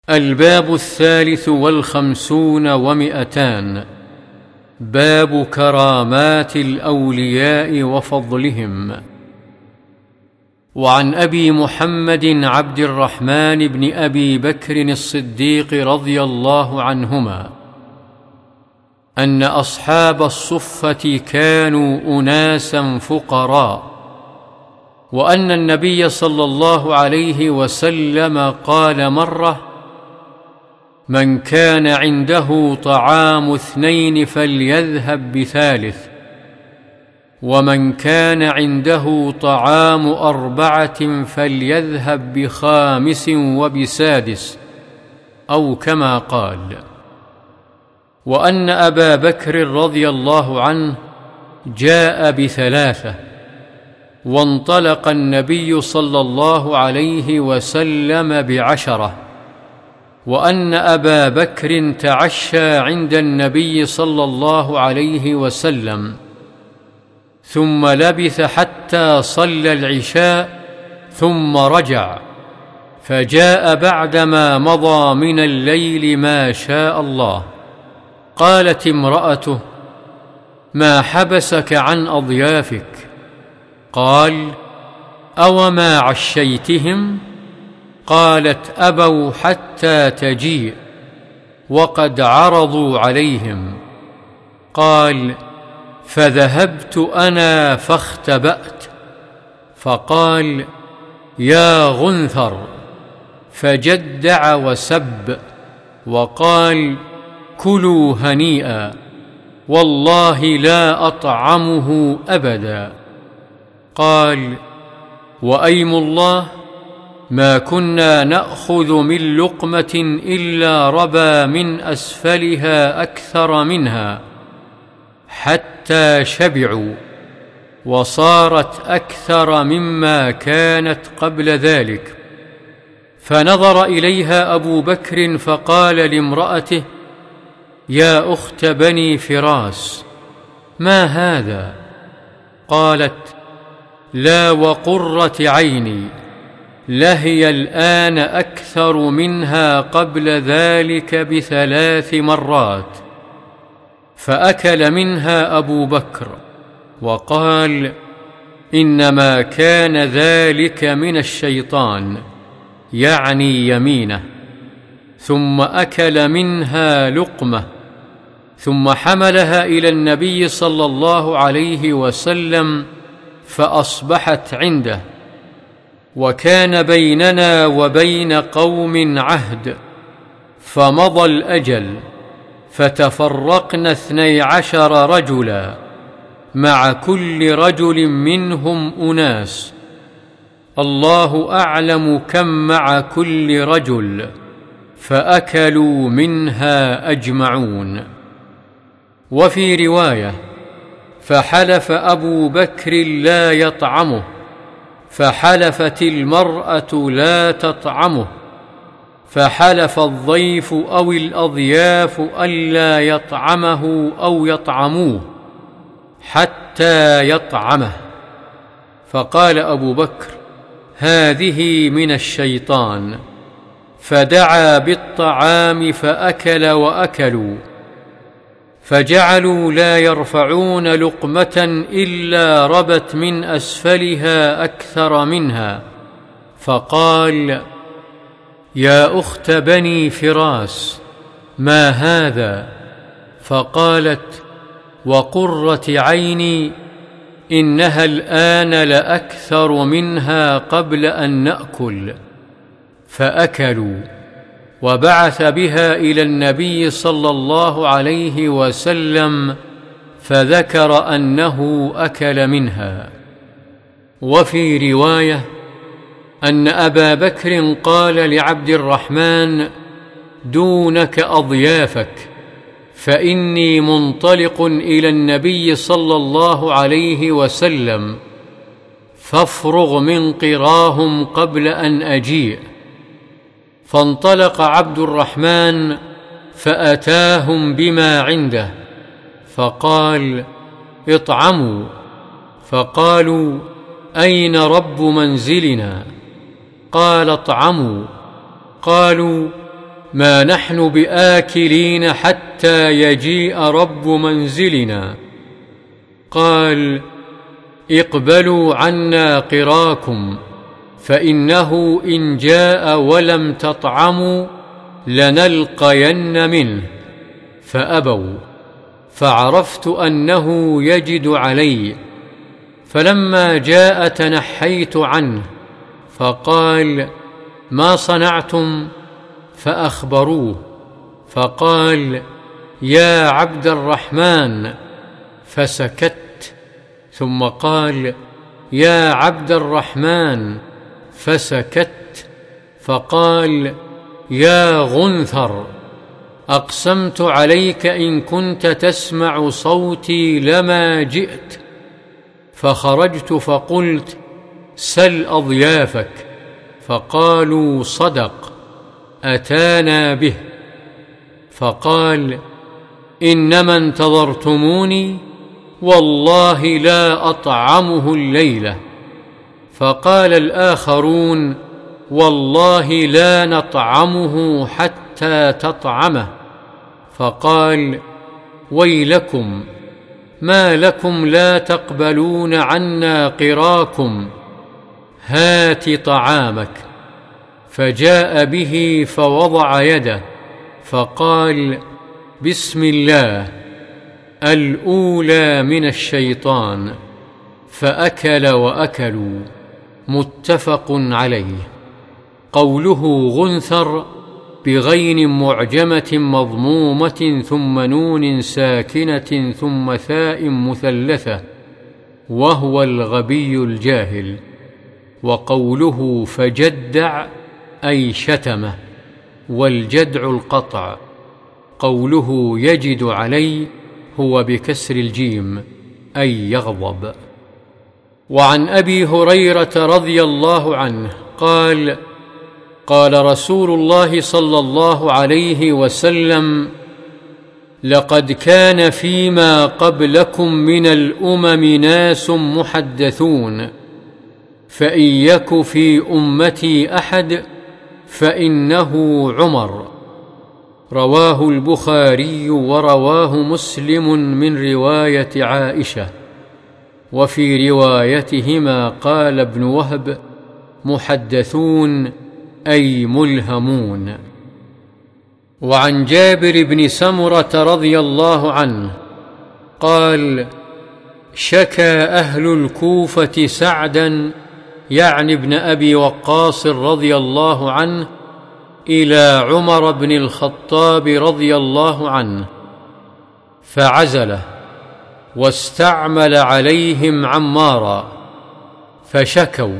الباب 53 و200. باب كرامات الأولياء وفضلهم. وعن أبي محمد عبد الرحمن بن أبي بكر الصديق رضي الله عنهما أن أصحاب الصفة كانوا أناسا فقراء، وأن النبي صلى الله عليه وسلم قال مرة: من كان عنده طعام 2 فليذهب ب3، ومن كان عنده طعام 4 فليذهب ب5 وب6، أو كما قال. وأن أبا بكر رضي الله عنه جاء ب3، وانطلق النبي صلى الله عليه وسلم ب10، وأن أبا بكر تعشى عند النبي صلى الله عليه وسلم، ثم لبث حتى صلى العشاء ثم رجع، فجاء بعدما مضى من الليل ما شاء الله. قالت امرأته: ما حبسك عن أضيافك؟ قال: أوما عشيتهم؟ قالت: أبوا حتى تجيء، وقد عرضوا عليهم. قال: فذهبت أنا فاختبأت، فقال: يا غنثر، فجدع وسب، وقال: كلوا هنيئا، والله لا أطعمه أبدا. قال: وأيم الله ما كنا نأخذ من لقمة إلا ربى من أسفلها أكثر منها، حتى شبعوا، وصارت أكثر مما كانت قبل ذلك. فنظر إليها أبو بكر فقال لامرأته: يا أخت بني فراس، ما هذا؟ قالت: لا وقرة عيني، لهي الآن أكثر منها قبل ذلك ب3 مرات. فأكل منها أبو بكر وقال: إنما كان ذلك من الشيطان، يعني يمينه. ثم أكل منها لقمة، ثم حملها إلى النبي صلى الله عليه وسلم، فأصبحت عنده. وكان بيننا وبين قوم عهد، فمضى الأجل، فتفرقنا 12 رجلا، مع كل رجل منهم أناس، الله أعلم كم مع كل رجل، فأكلوا منها أجمعون. وفي رواية: فحلف أبو بكر لا يطعمه، فحلفت المرأة لا تطعمه، فحلف الضيف أو الأضياف ألا يطعمه أو يطعموه حتى يطعمه. فقال أبو بكر: هذه من الشيطان. فدعا بالطعام فأكل وأكلوا، فجعلوا لا يرفعون لقمة إلا ربت من أسفلها أكثر منها. فقال: يا أخت بني فراس، ما هذا؟ فقالت: وقرة عيني، إنها الآن لأكثر منها قبل أن نأكل. فأكلوا، وبعث بها إلى النبي صلى الله عليه وسلم، فذكر أنه أكل منها. وفي رواية أن أبا بكر قال لعبد الرحمن: دونك أضيافك، فإني منطلق إلى النبي صلى الله عليه وسلم، فافرغ من قراهم قبل أن أجيء. فانطلق عبد الرحمن فأتاهم بما عنده، فقال: اطعموا. فقالوا: أين رب منزلنا؟ قال: اطعموا. قالوا: ما نحن بآكلين حتى يجيء رب منزلنا. قال: اقبلوا عنا قراكم، فإنه إن جاء ولم تطعموا لنلقين منه. فأبوا، فعرفت أنه يجد علي، فلما جاء تنحيت عنه، فقال: ما صنعتم؟ فأخبروه، فقال: يا عبد الرحمن، فسكت، ثم قال: يا عبد الرحمن، فسكت، فقال: يا غنثر، أقسمت عليك إن كنت تسمع صوتي لما جئت. فخرجت فقلت: سل أضيافك. فقالوا: صدق، أتانا به. فقال: إنما انتظرتموني، والله لا أطعمه الليلة. فقال الآخرون: والله لا نطعمه حتى تطعمه. فقال: ويلكم، ما لكم لا تقبلون عنا قراكم؟ هات طعامك. فجاء به فوضع يده، فقال: بسم الله، الأولى من الشيطان. فأكل وأكلوا. متفق عليه. قوله غنثر بغين معجمة مضمومة ثم نون ساكنة ثم ثاء مثلثة، وهو الغبي الجاهل. وقوله فجدع أي شتمه، والجدع القطع. قوله يجد علي هو بكسر الجيم، أي يغضب. وعن أبي هريرة رضي الله عنه قال: قال رسول الله صلى الله عليه وسلم: لقد كان فيما قبلكم من الأمم ناس محدثون، فإن يك في أمتي أحد فإنه عمر. رواه البخاري ورواه مسلم من رواية عائشة. وفي روايتهما قال ابن وهب: محدثون أي ملهمون. وعن جابر بن سمرة رضي الله عنه قال: شكى أهل الكوفة سعدا، يعني ابن أبي وقاص رضي الله عنه، إلى عمر بن الخطاب رضي الله عنه، فعزله واستعمل عليهم عمارا، فشكوا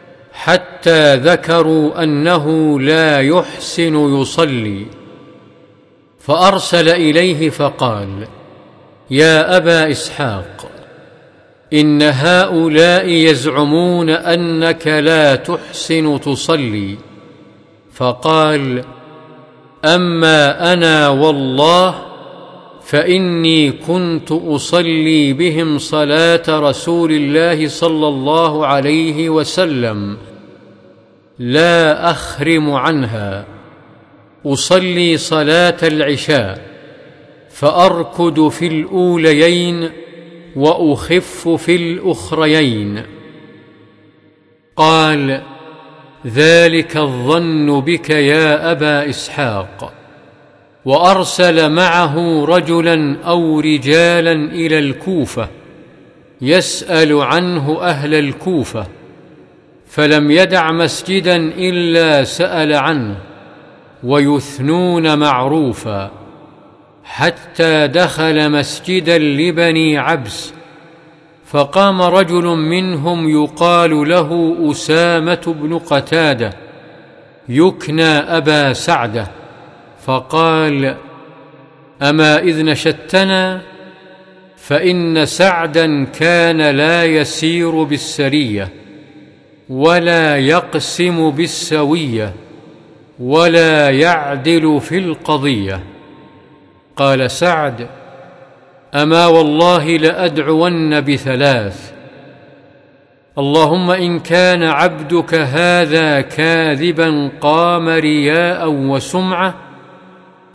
حتى ذكروا أنه لا يحسن يصلي، فأرسل إليه فقال: يا أبا إسحاق، إن هؤلاء يزعمون أنك لا تحسن تصلي. فقال: أما أنا والله فإني كنت أصلي بهم صلاة رسول الله صلى الله عليه وسلم، لا أخرم عنها، أصلي صلاة العشاء، فأركض في الأوليين وأخف في الأخريين. قال: ذلك الظن بك يا أبا إسحاق. وأرسل معه رجلا أو رجالا إلى الكوفة يسأل عنه أهل الكوفة، فلم يدع مسجدا إلا سأل عنه، ويثنون معروفا، حتى دخل مسجدا لبني عبس، فقام رجل منهم يقال له أسامة بن قتادة يكنى أبا سعدة، فقال: أما إذ نشدتنا؟ فإن سعدا كان لا يسير بالسرية، ولا يقسم بالسوية، ولا يعدل في القضية. قال سعد: أما والله لأدعون بثلاث: اللهم إن كان عبدك هذا كاذبا قام رياء وسمعة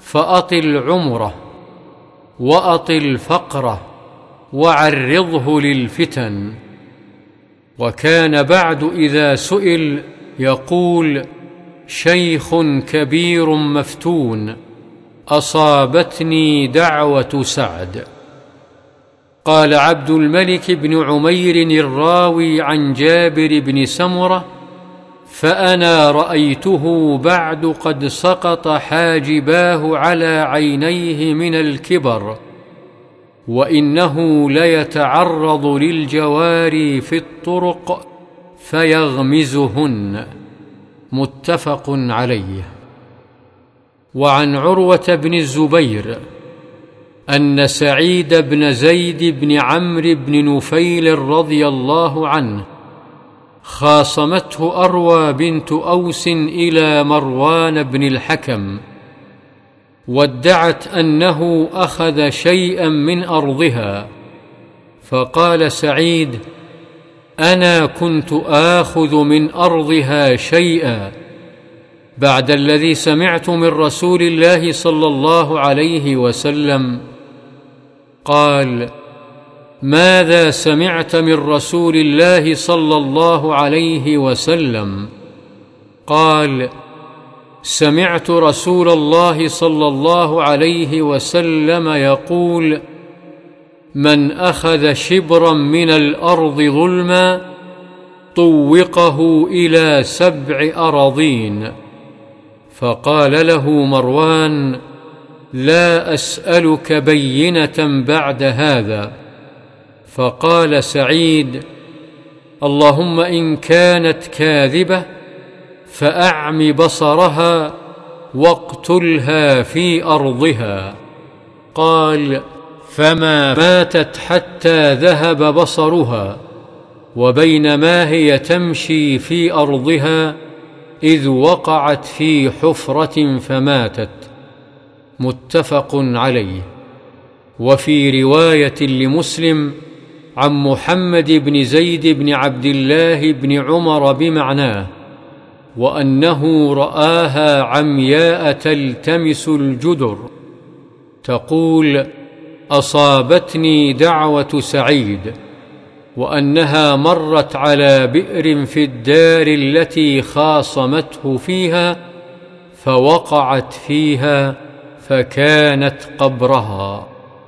فأطل عمره وأطل فقره وعرضه للفتن. وكان بعد إذا سئل يقول: شيخ كبير مفتون أصابتني دعوة سعد. قال عبد الملك بن عمير الراوي عن جابر بن سمرة: فأنا رأيته بعد قد سقط حاجباه على عينيه من الكبر، وإنه ليتعرض للجواري في الطرق فيغمزهن. متفق عليه. وعن عروة بن الزبير أن سعيد بن زيد بن عمرو بن نفيل رضي الله عنه خاصمته أروى بنت أوس إلى مروان بن الحكم، وادعت أنه أخذ شيئا من أرضها، فقال سعيد: أنا كنت آخذ من أرضها شيئا بعد الذي سمعت من رسول الله صلى الله عليه وسلم. قال: ماذا سمعت من رسول الله صلى الله عليه وسلم؟ قال: سمعت رسول الله صلى الله عليه وسلم يقول: من أخذ شبرا من الأرض ظلما طوقه إلى 7 أراضين. فقال له مروان: لا أسألك بينة بعد هذا. فقال سعيد: اللهم إن كانت كاذبة فأعم بصرها واقتلها في أرضها. قال: فما ماتت حتى ذهب بصرها، وبينما هي تمشي في أرضها إذ وقعت في حفرة فماتت. متفق عليه. وفي رواية لمسلم عن محمد بن زيد بن عبد الله بن عمر بمعناه، وأنه رآها عمياء تلتمس الجدر تقول: أصابتني دعوة سعيد، وأنها مرت على بئر في الدار التي خاصمته فيها فوقعت فيها فكانت قبرها.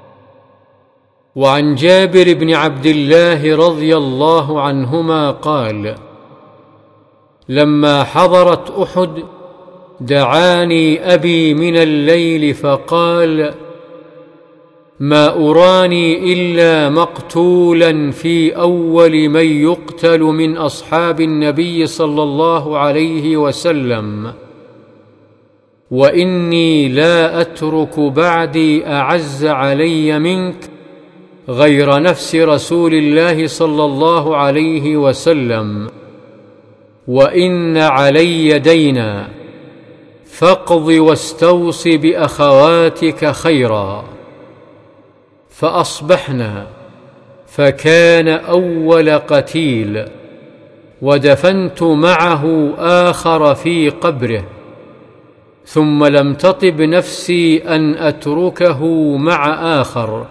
وعن جابر بن عبد الله رضي الله عنهما قال: لما حضرت أحد دعاني أبي من الليل فقال: ما أراني إلا مقتولا في أول من يقتل من أصحاب النبي صلى الله عليه وسلم، وإني لا أترك بعدي أعز علي منك غير نفس رسول الله صلى الله عليه وسلم، وإن علي دينا فاقض واستوص بأخواتك خيرا. فأصبحنا فكان أول قتيل، ودفنت معه آخر في قبره، ثم لم تطب نفسي أن أتركه مع آخر،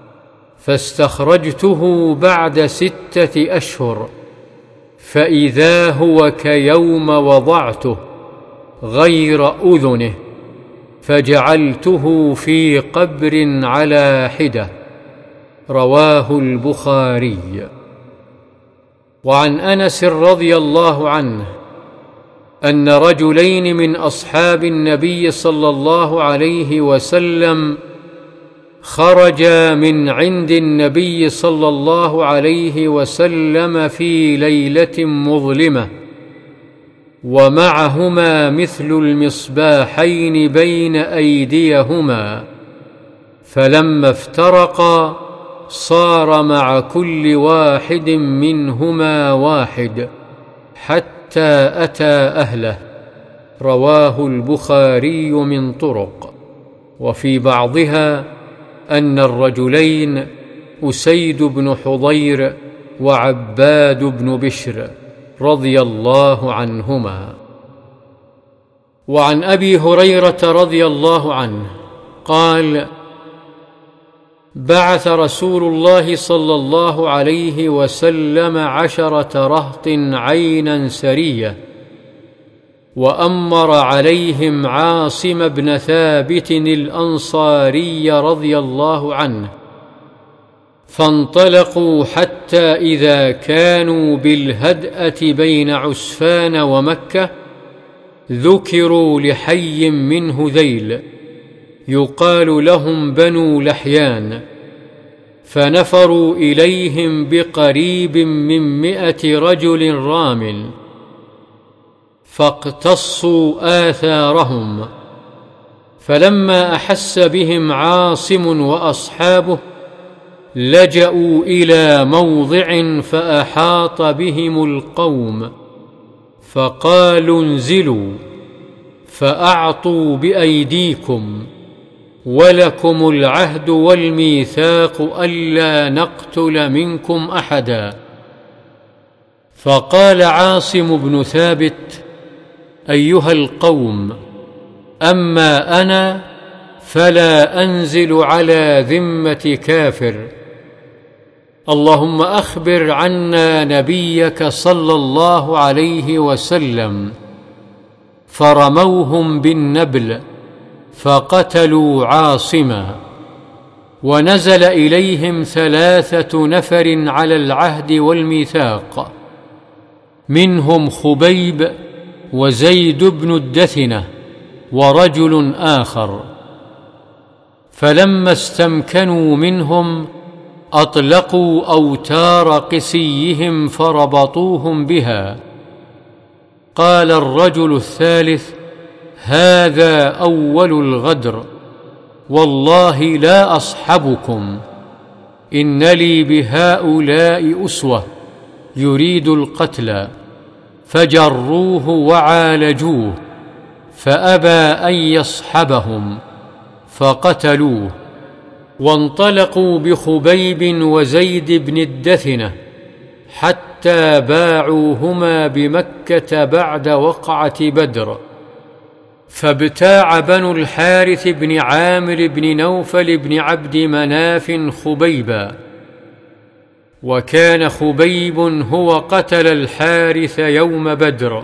فاستخرجته بعد 6 أشهر فإذا هو كيوم وضعته غير أذنه، فجعلته في قبر على حدة. رواه البخاري. وعن أنس رضي الله عنه أن رجلين من أصحاب النبي صلى الله عليه وسلم خرجا من عند النبي صلى الله عليه وسلم في ليلة مظلمة، ومعهما مثل المصباحين بين أيديهما، فلما افترقا صار مع كل واحد منهما واحد حتى أتى أهله. رواه البخاري من طرق. وفي بعضها أن الرجلين أسيد بن حضير وعباد بن بشر رضي الله عنهما. وعن أبي هريرة رضي الله عنه قال: بعث رسول الله صلى الله عليه وسلم 10 رهط عينا سرية، وأمر عليهم عاصم بن ثابت الأنصاري رضي الله عنه، فانطلقوا حتى إذا كانوا بالهدأة بين عسفان ومكة ذكروا لحي من هذيل يقال لهم بنو لحيان، فنفروا إليهم بقريب من 100 رجل رام، فاقتصوا آثارهم. فلما أحس بهم عاصم وأصحابه لجأوا إلى موضع فأحاط بهم القوم، فقالوا: انزلوا فأعطوا بأيديكم، ولكم العهد والميثاق ألا نقتل منكم أحدا. فقال عاصم بن ثابت: أيها القوم، أما أنا فلا أنزل على ذمة كافر، اللهم أخبر عنا نبيك صلى الله عليه وسلم. فرموهم بالنبل فقتلوا عاصما، ونزل إليهم 3 نفر على العهد والميثاق، منهم خبيب وزيد بن الدثنة ورجل آخر. فلما استمكنوا منهم أطلقوا أوتار قسيهم فربطوهم بها. قال الرجل الثالث: هذا أول الغدر، والله لا أصحبكم، إن لي بهؤلاء أسوة، يريد القتل. فجروه وعالجوه، فأبى أن يصحبهم فقتلوه، وانطلقوا بخبيب وزيد بن الدثنة حتى باعوهما بمكة بعد وقعة بدر. فابتاع بنو الحارث بن عامر بن نوفل بن عبد مناف خبيبا، وكان خبيب هو قتل الحارث يوم بدر.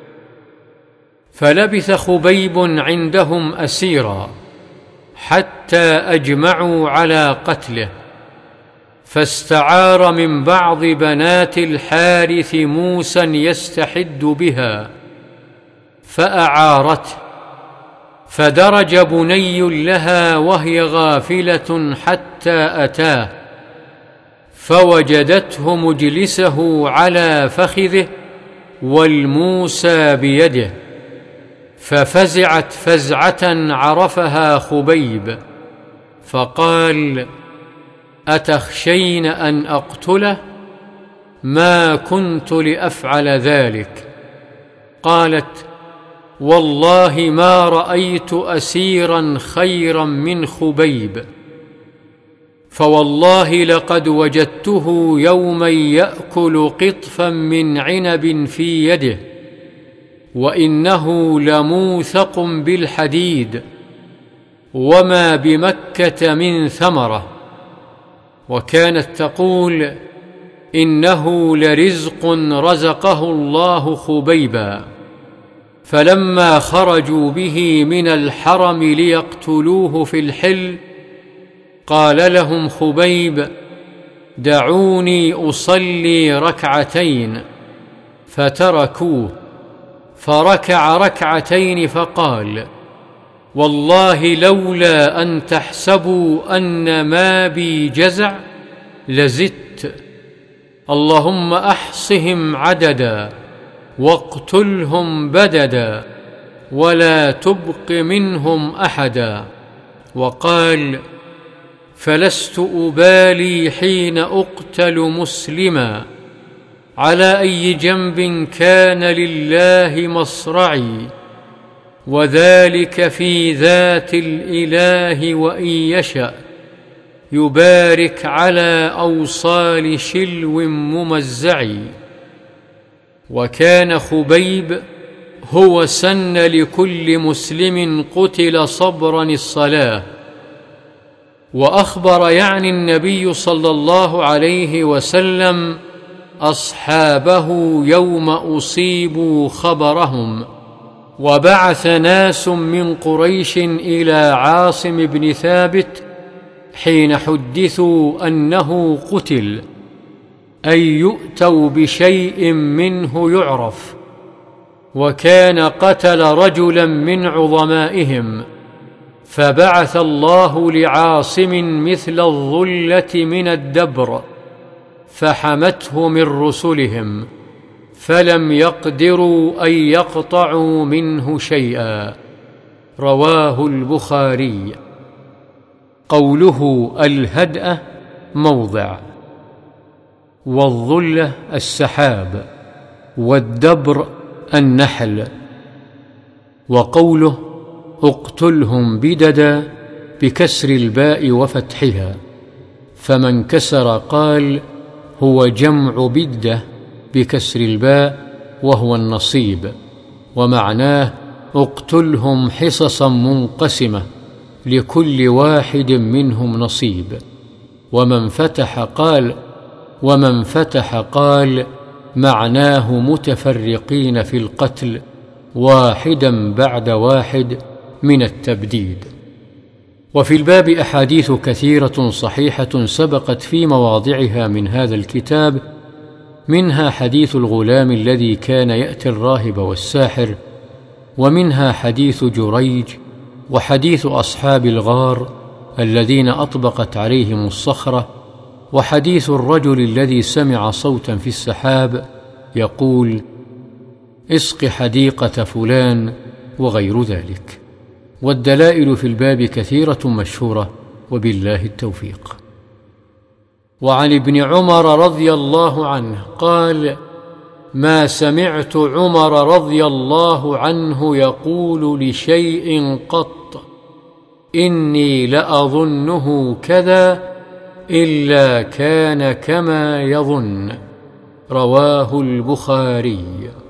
فلبث خبيب عندهم أسيرا حتى أجمعوا على قتله، فاستعار من بعض بنات الحارث موسى يستحد بها فأعارته، فدرج بني لها وهي غافلة حتى أتاه، فوجدته مجلسه على فخذه والموسى بيده، ففزعت فزعة عرفها خبيب، فقال: أتخشين أن أقتله؟ ما كنت لأفعل ذلك. قالت: والله ما رأيت أسيرا خيرا من خبيب، فوالله لقد وجدته يوما يأكل قطفا من عنب في يده، وإنه لموثق بالحديد، وما بمكة من ثمرة. وكانت تقول: إنه لرزق رزقه الله خبيبا. فلما خرجوا به من الحرم ليقتلوه في الحل قال لهم خبيب: دعوني أصلي ركعتين. فتركوه، فركع ركعتين فقال: والله لولا أن تحسبوا أن ما بي جزع لزدت، اللهم أحصهم عددا واقتلهم بددا ولا تبق منهم أحدا. وقال: فلست أبالي حين أقتل مسلما، على أي جنب كان لله مصرعي، وذلك في ذات الإله، وإن يشأ يبارك على أوصال شلو ممزع. وكان خبيب هو سن لكل مسلم قتل صبرا الصلاة. وأخبر يعني النبي صلى الله عليه وسلم أصحابه يوم أصيبوا خبرهم. وبعث ناس من قريش إلى عاصم بن ثابت حين حدثوا أنه قتل، أن يؤتوا بشيء منه يعرف. وكان قتل رجلا من عظمائهم، فبعث الله لعاصم مثل الظلة من الدبر فحمته من رسلهم، فلم يقدروا أن يقطعوا منه شيئا. رواه البخاري. قوله الهدأة موضع، والظلة السحاب، والدبر النحل. وقوله اقتلهم بددا بكسر الباء وفتحها، فمن كسر قال هو جمع بدة بكسر الباء وهو النصيب، ومعناه اقتلهم حصصا منقسمة لكل واحد منهم نصيب. ومن فتح قال معناه متفرقين في القتل واحدا بعد واحد من التبديد. وفي الباب أحاديث كثيرة صحيحة سبقت في مواضعها من هذا الكتاب، منها حديث الغلام الذي كان يأتي الراهب والساحر، ومنها حديث جريج، وحديث أصحاب الغار الذين أطبقت عليهم الصخرة، وحديث الرجل الذي سمع صوتا في السحاب يقول اسق حديقة فلان، وغير ذلك. والدلائل في الباب كثيرة مشهورة، وبالله التوفيق. وعن ابن عمر رضي الله عنه قال: ما سمعت عمر رضي الله عنه يقول لشيء قط إني لأظنه كذا إلا كان كما يظن. رواه البخاري.